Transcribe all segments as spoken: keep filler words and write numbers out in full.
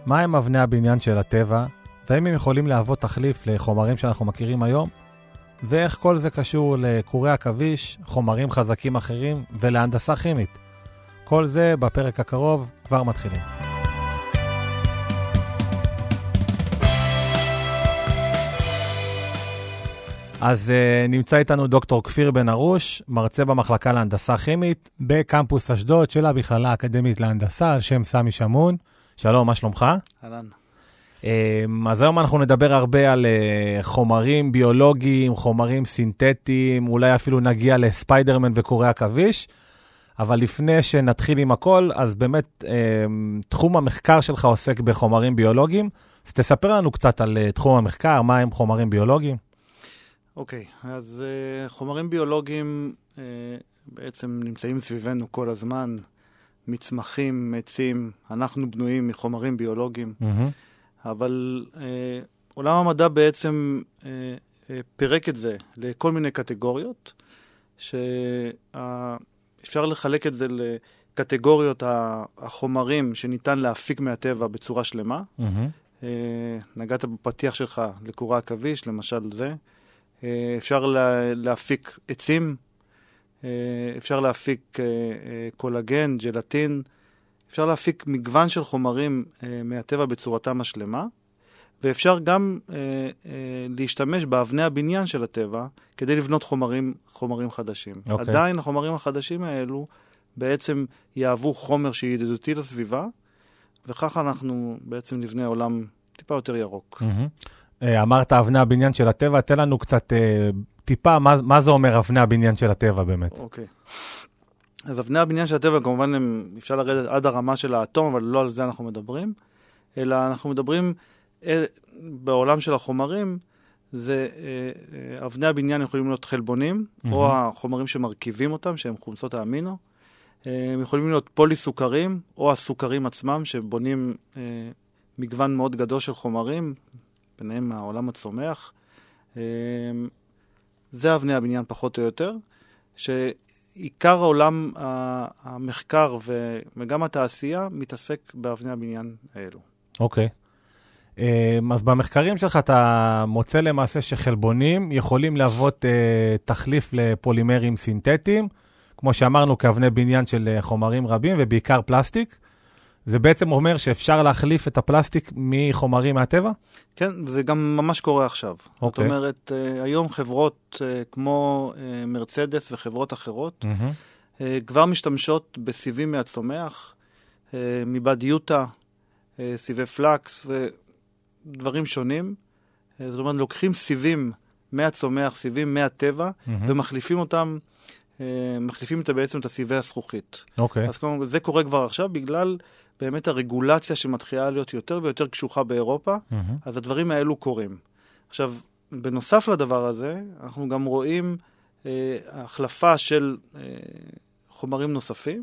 מה הם אבני הבניין של הטבע, והאם הם יכולים להוות תחליף לחומרים שאנחנו מכירים היום, ואיך כל זה קשור לקורי עכביש, חומרים חזקים אחרים ולהנדסה כימית. כל זה בפרק הקרוב כבר מתחילים. אז uh, נמצא איתנו דוקטור כפיר בן ארוש, מרצה במחלקה להנדסה כימית, בקמפוס אשדוד של המכללה האקדמית להנדסה, על שם סמי שמון. שלום, מה שלומך? אהלן. Uh, אז היום אנחנו נדבר הרבה על uh, חומרים ביולוגיים, חומרים סינתטיים, אולי אפילו נגיע לספיידרמן וקורי עכביש, אבל לפני שנתחיל עם הכל, אז באמת uh, תחום המחקר שלך עוסק בחומרים ביולוגיים, אז תספר לנו קצת על uh, תחום המחקר, מה הם חומרים ביולוגיים? אוקיי, okay, אז uh, חומרים ביולוגיים uh, בעצם נמצאים סביבנו כל הזמן, מצמחים, עצים, אנחנו בנויים מחומרים ביולוגיים, mm-hmm. אבל uh, עולם המדע בעצם uh, uh, פירק את זה לכל מיני קטגוריות, שאפשר לחלק את זה לקטגוריות החומרים שניתן להפיק מהטבע בצורה שלמה. Mm-hmm. Uh, נגעת בפתיח שלך לקורי עכביש, למשל זה. אפשר להפיק עצים, אפשר להפיק קולגן, ג'לטין, אפשר להפיק מגוון של חומרים מהטבע בצורתם השלמה, ואפשר גם להשתמש באבני הבניין של הטבע כדי לבנות חומרים, חומרים חדשים. Okay. עדיין החומרים החדשים האלו בעצם יהוו חומר שידידותי לסביבה, וכך אנחנו בעצם נבנה עולם טיפה יותר ירוק. Mm-hmm. אמרת אבני הבניין של הטבע, תן לנו קצת טיפה, מה, מה זה אומר אבני הבניין של הטבע באמת? אוקיי. אז אבני הבניין של הטבע, כמובן, הם, אפשר לרדת עד הרמה של האטום, אבל לא על זה אנחנו מדברים, אלא אנחנו מדברים אל, בעולם של החומרים, זה אבני הבניין יכולים להיות חלבונים, mm-hmm. או החומרים שמרכיבים אותם, שהם חומצות האמינו, הם יכולים להיות פוליסוכרים, או הסוכרים עצמם, שבונים מגוון מאוד גדול של חומרים, ביניהם העולם הצומח. זה אבני הבניין פחות או יותר, שעיקר העולם המחקר וגם התעשייה מתעסק באבני הבניין האלו. אוקיי. אז במחקרים שלך אתה מוצא למעשה שחלבונים יכולים להוות תחליף לפולימרים סינתטיים, כמו שאמרנו כאבני בניין של חומרים רבים ובעיקר פלסטיק. זה בעצם אומר שאפשר להחליף את הפלסטיק מחומרים מהטבע? כן, זה גם ממש קורה עכשיו. Okay. זאת אומרת, היום חברות כמו מרצדס וחברות אחרות mm-hmm. כבר משתמשות בסיבים מהצומח, מבד יוטה, סיבי פלקס ודברים שונים. זאת אומרת, לוקחים סיבים מהצומח, סיבים מהטבע, mm-hmm. ומחליפים אותם, מחליפים את בעצם את הסיבי הזכוכית. אוקיי. אז כלומר, זה קורה כבר עכשיו בגלל באמת הרגולציה שמתחילה להיות יותר ויותר קשוחה באירופה, mm-hmm. אז הדברים האלו קורים. עכשיו, בנוסף לדבר הזה, אנחנו גם רואים אה, החלפה של אה, חומרים נוספים,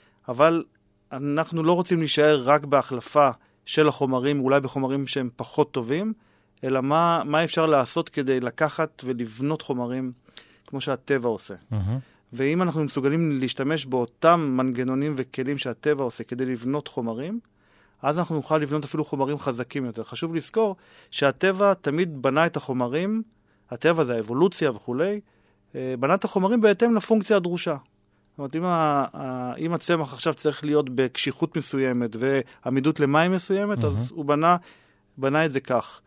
אבל אנחנו לא רוצים להישאר רק בהחלפה של החומרים, אולי בחומרים שהם פחות טובים, אלא מה, מה אפשר לעשות כדי לקחת ולבנות חומרים כמו שהטבע עושה. Mm-hmm. ואם אנחנו מסוגלים להשתמש באותם מנגנונים וכלים שהטבע עושה כדי לבנות חומרים, אז אנחנו נוכל לבנות אפילו חומרים חזקים יותר. חשוב לזכור שהטבע תמיד בנה את החומרים, הטבע זה האבולוציה וכולי, בנה את החומרים בהתאם לפונקציה הדרושה. זאת אומרת, אם, ה, אם הצמח עכשיו צריך להיות בקשיחות מסוימת ועמידות למים מסוימת, mm-hmm. אז הוא בנה, בנה את זה כך.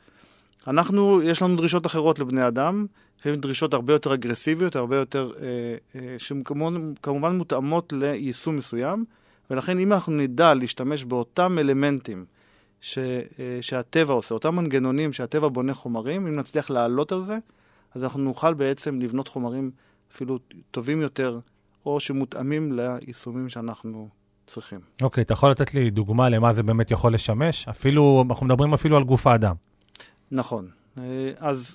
אנחנו, יש לנו דרישות אחרות לבני אדם, לפעמים דרישות הרבה יותר אגרסיביות, הרבה יותר, אה, אה, שכמובן מותאמות ליישום מסוים, ולכן אם אנחנו נדע להשתמש באותם אלמנטים ש, אה, שהטבע עושה, אותם מנגנונים שהטבע בונה חומרים, אם נצליח לעלות על זה, אז אנחנו נוכל בעצם לבנות חומרים אפילו טובים יותר, או שמותאמים ליישומים שאנחנו צריכים. אוקיי, אתה יכול לתת לי דוגמה למה זה באמת יכול לשמש? אפילו, אנחנו מדברים אפילו על גוף האדם. נכון. אז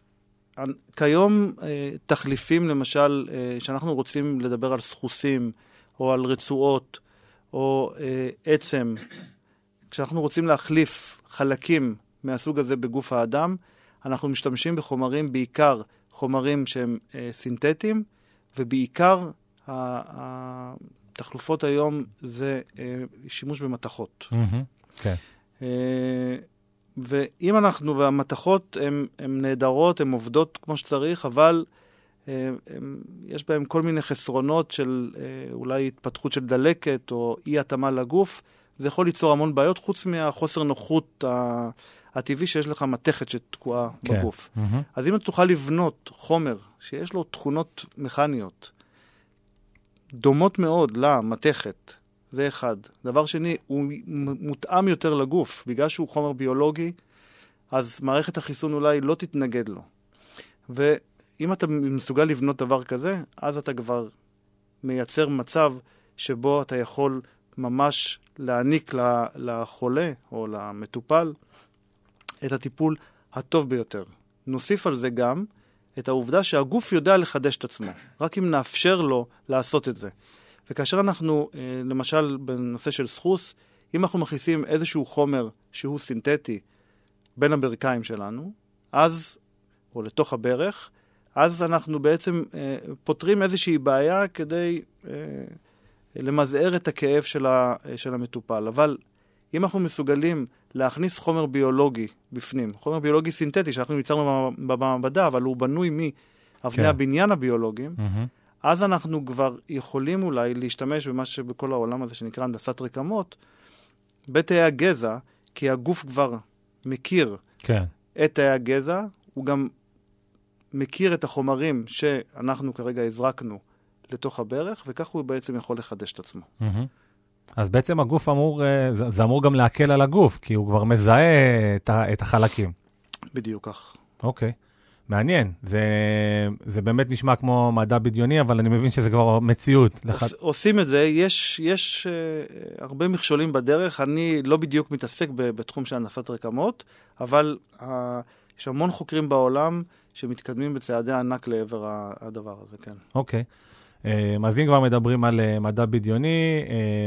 כיום תחליפים, למשל, שאנחנו רוצים לדבר על סחוסים, או על רצועות, או עצם, כשאנחנו רוצים להחליף חלקים מהסוג הזה בגוף האדם, אנחנו משתמשים בחומרים, בעיקר חומרים שהם סינתטיים, ובעיקר התחלופות היום זה שימוש במתכות. כן. ואם אנחנו, והמתכות הן נהדרות, הן עובדות כמו שצריך, אבל הם, הם, יש בהם כל מיני חסרונות של אולי התפתחות של דלקת או אי התאמה לגוף. זה יכול ליצור המון בעיות, חוץ מהחוסר נוחות הטבעי שיש לך מתכת שתקועה כן. בגוף. Mm-hmm. אז אם אתה תוכל לבנות חומר שיש לו תכונות מכניות, דומות מאוד למתכת, זה אחד. דבר שני, הוא מותאם יותר לגוף, בגלל שהוא חומר ביולוגי, אז מערכת החיסון אולי לא תתנגד לו. ואם אתה מסוגל לבנות דבר כזה, אז אתה כבר מייצר מצב שבו אתה יכול ממש להעניק לחולה או למטופל את הטיפול הטוב ביותר. נוסיף על זה גם את העובדה שהגוף יודע לחדש את עצמו, רק אם נאפשר לו לעשות את זה. וכאשר אנחנו, למשל בנושא של סחוס, אם אנחנו מכניסים איזשהו חומר שהוא סינתטי בין הברכיים שלנו, אז, או לתוך הברך, אז אנחנו בעצם פותרים איזושהי בעיה כדי למזער את הכאב של, ה, של המטופל. אבל אם אנחנו מסוגלים להכניס חומר ביולוגי בפנים, חומר ביולוגי סינתטי שאנחנו ייצרנו במעבדה, אבל הוא בנוי מאבני כן. הבניין הביולוגיים, mm-hmm. אז אנחנו כבר יכולים אולי להשתמש במה שבכל העולם הזה שנקרא הנדסת רקמות, בתאי הגזע, כי הגוף כבר מכיר כן. את תאי הגזע, הוא גם מכיר את החומרים שאנחנו כרגע הזרקנו לתוך הברך, וכך הוא בעצם יכול לחדש את עצמו. Mm-hmm. אז בעצם הגוף אמור, זה אמור גם להקל על הגוף, כי הוא כבר מזהה את, ה, את החלקים. בדיוק כך. אוקיי, מעניין. זה, זה באמת נשמע כמו מדע בדיוני, אבל אני מבין שזה כבר מציאות. עוש, עושים את זה, יש, יש uh, הרבה מכשולים בדרך, אני לא בדיוק מתעסק ב, בתחום של הנדסת רקמות, אבל uh, יש המון חוקרים בעולם שמתקדמים בצעדי ענק לעבר הדבר הזה, כן. אוקיי. אז אם כבר מדברים על מדע בדיוני,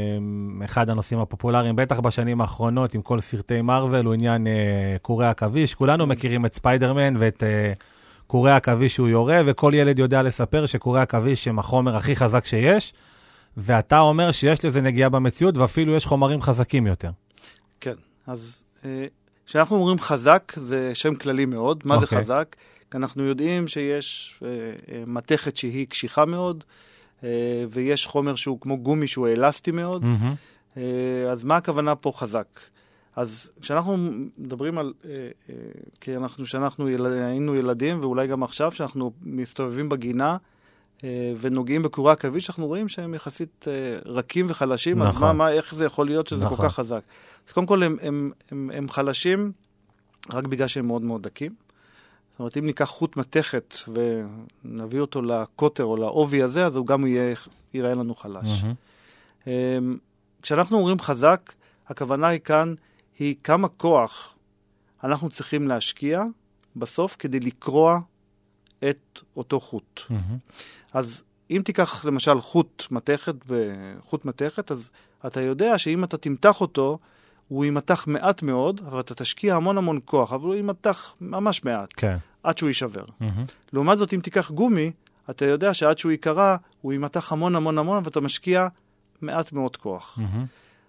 אחד הנושאים הפופולריים, בטח בשנים האחרונות, עם כל סרטי מרוול, הוא עניין קורי עכביש. כולנו מכירים את ספיידרמן ואת קורי עכביש שהוא יורה, וכל ילד יודע לספר שקורי עכביש הם החומר הכי חזק שיש, ואתה אומר שיש לזה נגיעה במציאות, ואפילו יש חומרים חזקים יותר. כן, אז כשאנחנו אומרים חזק, זה שם כללי מאוד. מה okay. זה חזק? אנחנו יודעים שיש uh, uh, מתכת שהיא קשיחה מאוד, uh, ויש חומר שהוא כמו גומי שהוא אלסטי מאוד. Mm-hmm. Uh, אז מה הכוונה פה חזק? אז כשאנחנו מדברים על, uh, uh, כי אנחנו, כשאנחנו יל... היינו ילדים, ואולי גם עכשיו, כשאנחנו מסתובבים בגינה, uh, ונוגעים בקורי עכביש, אנחנו רואים שהם יחסית uh, רכים וחלשים, נכון. אז מה, מה, איך זה יכול להיות שזה נכון. כל כך חזק? אז קודם כל הם, הם, הם, הם חלשים רק בגלל שהם מאוד מאוד דקים. זאת אומרת, אם ניקח חוט מתכת ונביא אותו לקוטר או לעובי הזה, אז הוא גם יהיה, יראה לנו חלש. Mm-hmm. כשאנחנו אומרים חזק, הכוונה היא כאן, היא כמה כוח אנחנו צריכים להשקיע בסוף כדי לקרוע את אותו חוט. Mm-hmm. אז אם תיקח למשל חוט מתכת וחוט מתכת, אז אתה יודע שאם אתה תמתח אותו, הוא ימתח מעט מאוד, אבל אתה תשקיע המון המון כוח, אבל הוא ימתח ממש מעט, כן. עד שהוא יישבר. Mm-hmm. לעומת זאת, אם תיקח גומי, אתה יודע שעד שהוא יקרה, הוא ימתח המון המון המון, ואתה משקיע מעט מאוד כוח. Mm-hmm.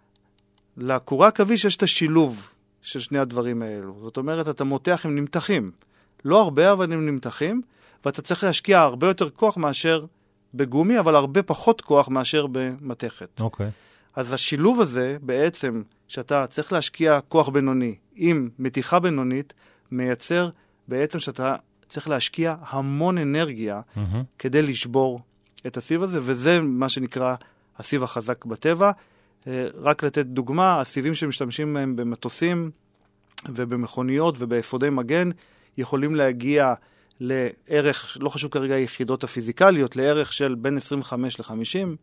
לקורי עכביש יש את השילוב של שני הדברים האלו. זאת אומרת, אתה מותח, הם נמתחים. לא הרבה, אבל הם נמתחים, ואתה צריך להשקיע הרבה יותר כוח מאשר בגומי, אבל הרבה פחות כוח מאשר במתכת. אוקיי. Okay. אז השילוב הזה, בעצם, שאתה צריך להשקיע כוח בינוני עם מתיחה בינונית, מייצר בעצם שאתה צריך להשקיע המון אנרגיה mm-hmm. כדי לשבור את הסיב הזה, וזה מה שנקרא הסיב החזק בטבע. רק לתת דוגמה, הסיבים שמשתמשים בהם במטוסים ובמכוניות ובאפודי מגן, יכולים להגיע לערך, לא חשוב כרגע היחידות הפיזיקליות, לערך של בין עשרים וחמש ל-חמישים.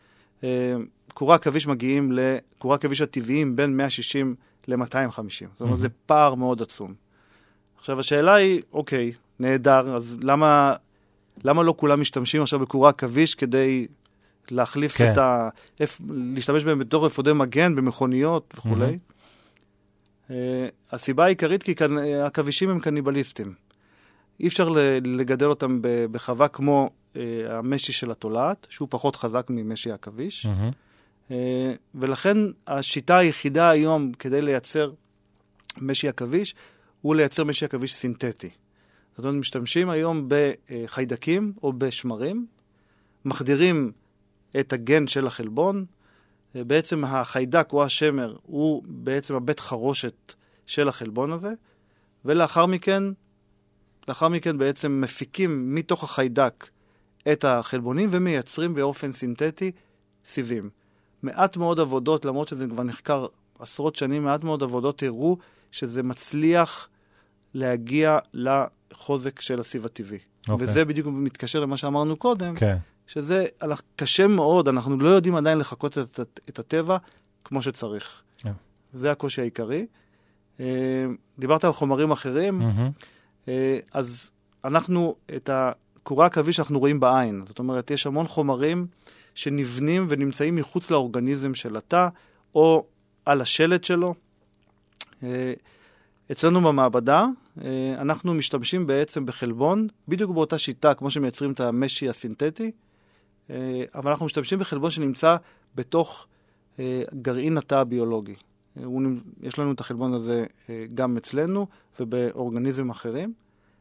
קורי עכביש מגיעים לקורי עכביש הטבעיים בין מאה ושישים ל-מאתיים וחמישים. זאת אומרת, mm-hmm. זה פער מאוד עצום. עכשיו, השאלה היא, אוקיי, נהדר, אז למה, למה לא כולם משתמשים עכשיו בקורי עכביש כדי להחליף כן. את ה... להשתמש בהם בתור אפודי מגן, במכוניות וכו'. Mm-hmm. Uh, הסיבה העיקרית כי כאן, עכבישים הם קניבליסטים. אי אפשר לגדל אותם בחווה כמו uh, המשי של התולעת, שהוא פחות חזק ממשי עכביש. Mm-hmm. Uh, ולכן השיטה היחידה היום כדי לייצר משי עכביש, הוא לייצר משי עכביש סינתטי. זאת אומרת, משתמשים היום בחיידקים או בשמרים, מחדירים את הגן של החלבון, בעצם החיידק או השמר הוא בעצם הבית חרושת של החלבון הזה, ולאחר מכן, לאחר מכן בעצם מפיקים מתוך החיידק את החלבונים ומייצרים באופן סינתטי סיבים. מעט מאוד עבודות, למרות שזה כבר נחקר עשרות שנים, מעט מאוד עבודות הראו שזה מצליח להגיע לחוזק של הסיב הטבעי. Okay. וזה בדיוק מתקשר למה שאמרנו קודם, okay. שזה קשה מאוד, אנחנו לא יודעים עדיין לחכות את, את, את הטבע כמו שצריך. Yeah. זה הקושי העיקרי. דיברת על חומרים אחרים, mm-hmm. אז אנחנו את הקורי העכביש אנחנו רואים בעין. זאת אומרת, יש המון חומרים שנבנים ונמצאים מחוץ לאורגניזם של התא, או על השלט שלו. אצלנו במעבדה, אנחנו משתמשים בעצם בחלבון, בדיוק באותה שיטה, כמו שמייצרים את המשי הסינתטי, אבל אנחנו משתמשים בחלבון שנמצא בתוך גרעין התא הביולוגי. יש לנו את החלבון הזה גם אצלנו ובאורגניזם אחרים.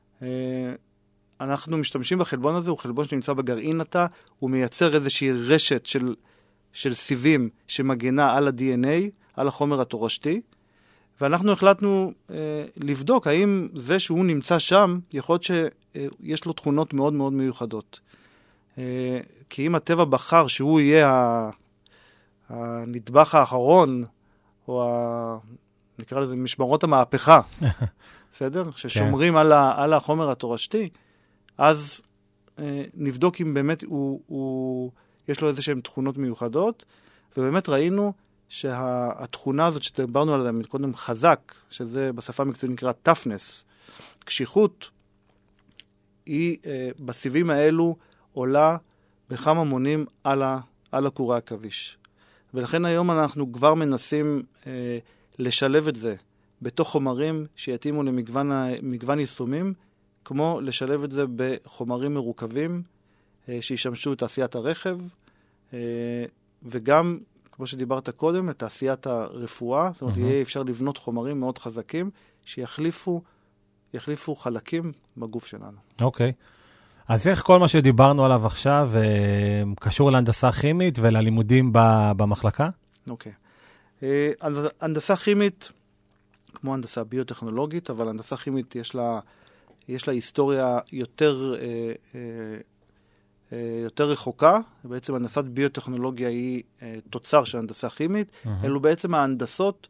אנחנו משתמשים בחלבון הזה, הוא חלבון שנמצא בגרעין התא, הוא מייצר איזושהי רשת של, של סיבים שמגנה על ה-די אן איי, על החומר התורשתי, ואנחנו החלטנו אה, לבדוק האם זה שהוא נמצא שם, יכול להיות שיש לו תכונות מאוד מאוד מיוחדות. אה, כי אם הטבע בחר שהוא יהיה הנדבך האחרון, או ה, נקרא לזה משמרות המהפכה, בסדר? ששומרים על, ה, על החומר התורשתי, אז אה, נבדוק אם באמת הוא, הוא, יש לו איזשהם תכונות מיוחדות, ובאמת ראינו שהתכונה הזאת שדיברנו עליה קודם חזק, שזה בשפה המקצועית נקרא toughness, קשיחות, היא אה, בסיבים האלו עולה בכמה מונים על, ה, על הקורי העכביש. ולכן היום אנחנו כבר מנסים אה, לשלב את זה בתוך חומרים שיתאימו למגוון יישומים, כמו לשלב את זה בחומרים מרוכבים אה, שישמשו את תעשיית הרכב, אה, וגם, כמו שדיברת קודם, את תעשיית הרפואה. זאת אומרת, mm-hmm. יהיה אפשר לבנות חומרים מאוד חזקים שיחליפו יחליפו חלקים בגוף שלנו. אוקיי. Okay. אז איך כל מה שדיברנו עליו עכשיו אה, קשור להנדסה כימית וללימודים במחלקה? אוקיי. Okay. אה, הנדסה כימית, כמו הנדסה ביוטכנולוגית, אבל הנדסה כימית יש לה, יש לה היסטוריה יותר, אה, אה, יותר רחוקה. בעצם הנדסת ביוטכנולוגיה היא אה, תוצר של הנדסה כימית. Mm-hmm. אלו בעצם ההנדסות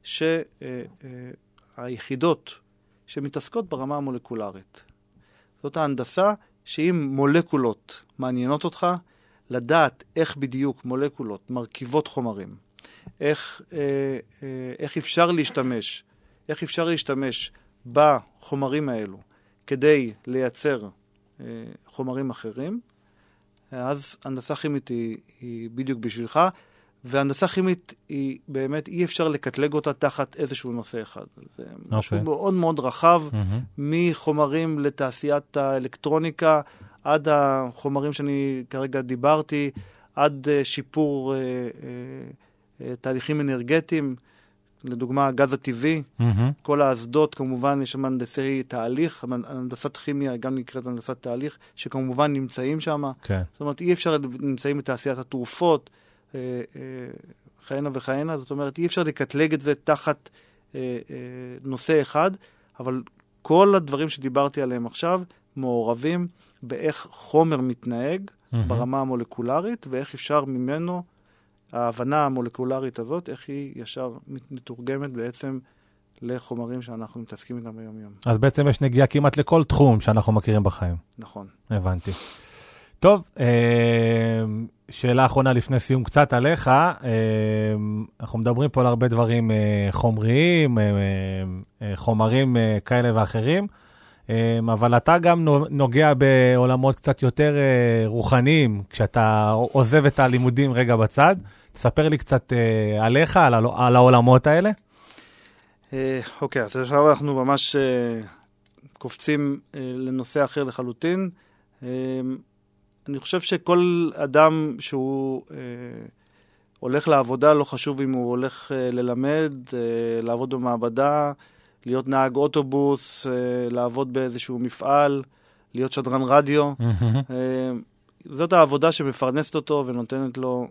שהיחידות אה, אה, שמתעסקות ברמה המולקולרית. זאת ההנדסה שאם מולקולות מעניינות אותך, לדעת איך בדיוק מולקולות מרכיבות חומרים, איך, אה, אה, איך אפשר להשתמש, איך אפשר להשתמש בחומרים האלו כדי לייצר אה, חומרים אחרים, אז הנדסה כימית היא, היא בדיוק בשבילך, והנדסה כימית היא באמת, אי אפשר לקטלג אותה תחת איזשהו נושא אחד. זה okay. משהו מאוד מאוד רחב, mm-hmm. מחומרים לתעשיית האלקטרוניקה, עד החומרים שאני כרגע דיברתי, עד שיפור אה, אה, תהליכים אנרגטיים, לדוגמה הגז הטבעי, mm-hmm. כל האסדות, כמובן יש שם הנדסי תהליך, הנדסת כימיה גם נקראת הנדסת תהליך, שכמובן נמצאים שם. Okay. זאת אומרת, אי אפשר נמצאים בתעשיית התרופות, חיינה וחיינה, זאת אומרת, אי אפשר לקטלג את זה תחת נושא אחד, אבל כל הדברים שדיברתי עליהם עכשיו מעורבים באיך חומר מתנהג mm-hmm. ברמה המולקולרית, ואיך אפשר ממנו, ההבנה המולקולרית הזאת, איך היא ישר מתורגמת בעצם לחומרים שאנחנו מתעסקים איתם ביום יום. אז בעצם יש נגיעה כמעט לכל תחום שאנחנו מכירים בחיים. נכון. הבנתי. טוב, שאלה אחרונה לפני סיום קצת עליך, אנחנו מדברים פה על הרבה דברים חומריים, חומרים כאלה ואחרים, אבל אתה גם נוגע בעולמות קצת יותר רוחניים, כשאתה עוזב את הלימודים רגע בצד. תספר לי קצת עליך, על העולמות האלה. אוקיי, אז עכשיו אנחנו ממש קופצים לנושא אחר לחלוטין. אני חושב שכל אדם שהוא אה, הולך לעבודה, לא חשוב אם הוא הולך אה, ללמד, אה, לעבוד במעבדה, להיות נהג אוטובוס, לעבוד באיזשהו מפעל, להיות שדרן רדיו. זאת העבודה שמפרנסת אותו ונותנת לו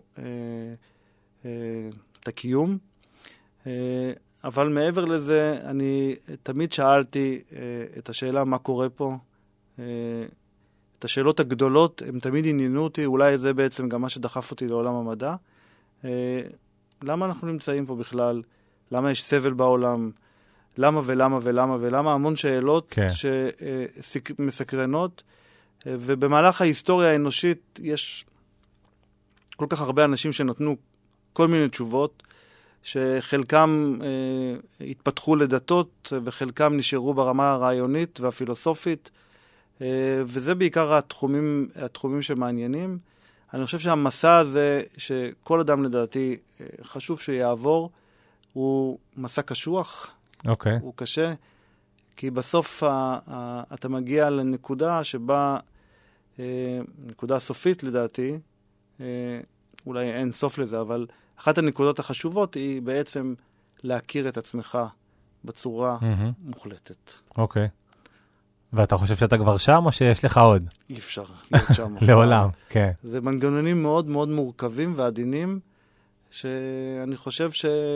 את הקיום. אבל מעבר לזה, אני תמיד שאלתי את השאלה מה קורה פה. את השאלות הגדולות, הם תמיד עניינו אותי, אולי זה בעצם גם מה שדחף אותי לעולם המדע. למה אנחנו נמצאים פה בכלל? למה יש סבל בעולם? למה ולמה ולמה ולמה? המון שאלות כן. שמסקרנות, ובמהלך ההיסטוריה האנושית יש כל כך הרבה אנשים שנתנו כל מיני תשובות, שחלקם אה, התפתחו לדתות, וחלקם נשארו ברמה הרעיונית והפילוסופית, אה, וזה בעיקר התחומים, התחומים שמעניינים. אני חושב שהמסע הזה, שכל אדם לדעתי חשוב שיעבור, הוא מסע קשוח, אוקיי. הוא קשה, כי בסוף ה, ה, אתה מגיע לנקודה שבה, אה, נקודה סופית לדעתי, אה, אולי אין סוף לזה, אבל אחת הנקודות החשובות היא בעצם להכיר את עצמך בצורה mm-hmm. מוחלטת. אוקיי. ואתה חושב שאתה כבר שם או שיש לך עוד? אי אפשר להיות שם. לעולם, כן. זה מנגנונים מאוד מאוד מורכבים ועדינים, שאני חושב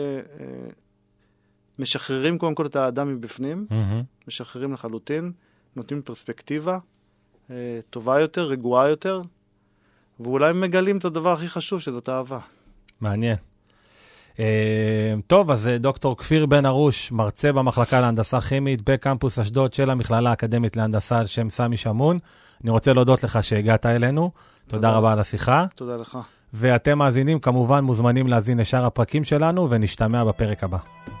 שמשחררים קודם כל את האדם מבפנים, mm-hmm. משחררים לחלוטין, נותנים פרספקטיבה טובה יותר, רגועה יותר, ואולי מגלים את הדבר הכי חשוב, שזאת אהבה. מעניין. Uh, טוב, אז דוקטור כפיר בן ארוש, מרצה במחלקה להנדסה כימית בקמפוס אשדוד של המכללה האקדמית להנדסה על שם סמי שמון. אני רוצה להודות לך שהגעת אלינו. תודה, תודה רבה על השיחה. תודה לך. ואתם מאזינים, כמובן מוזמנים להזין לשאר הפרקים שלנו, ונשתמע בפרק הבא.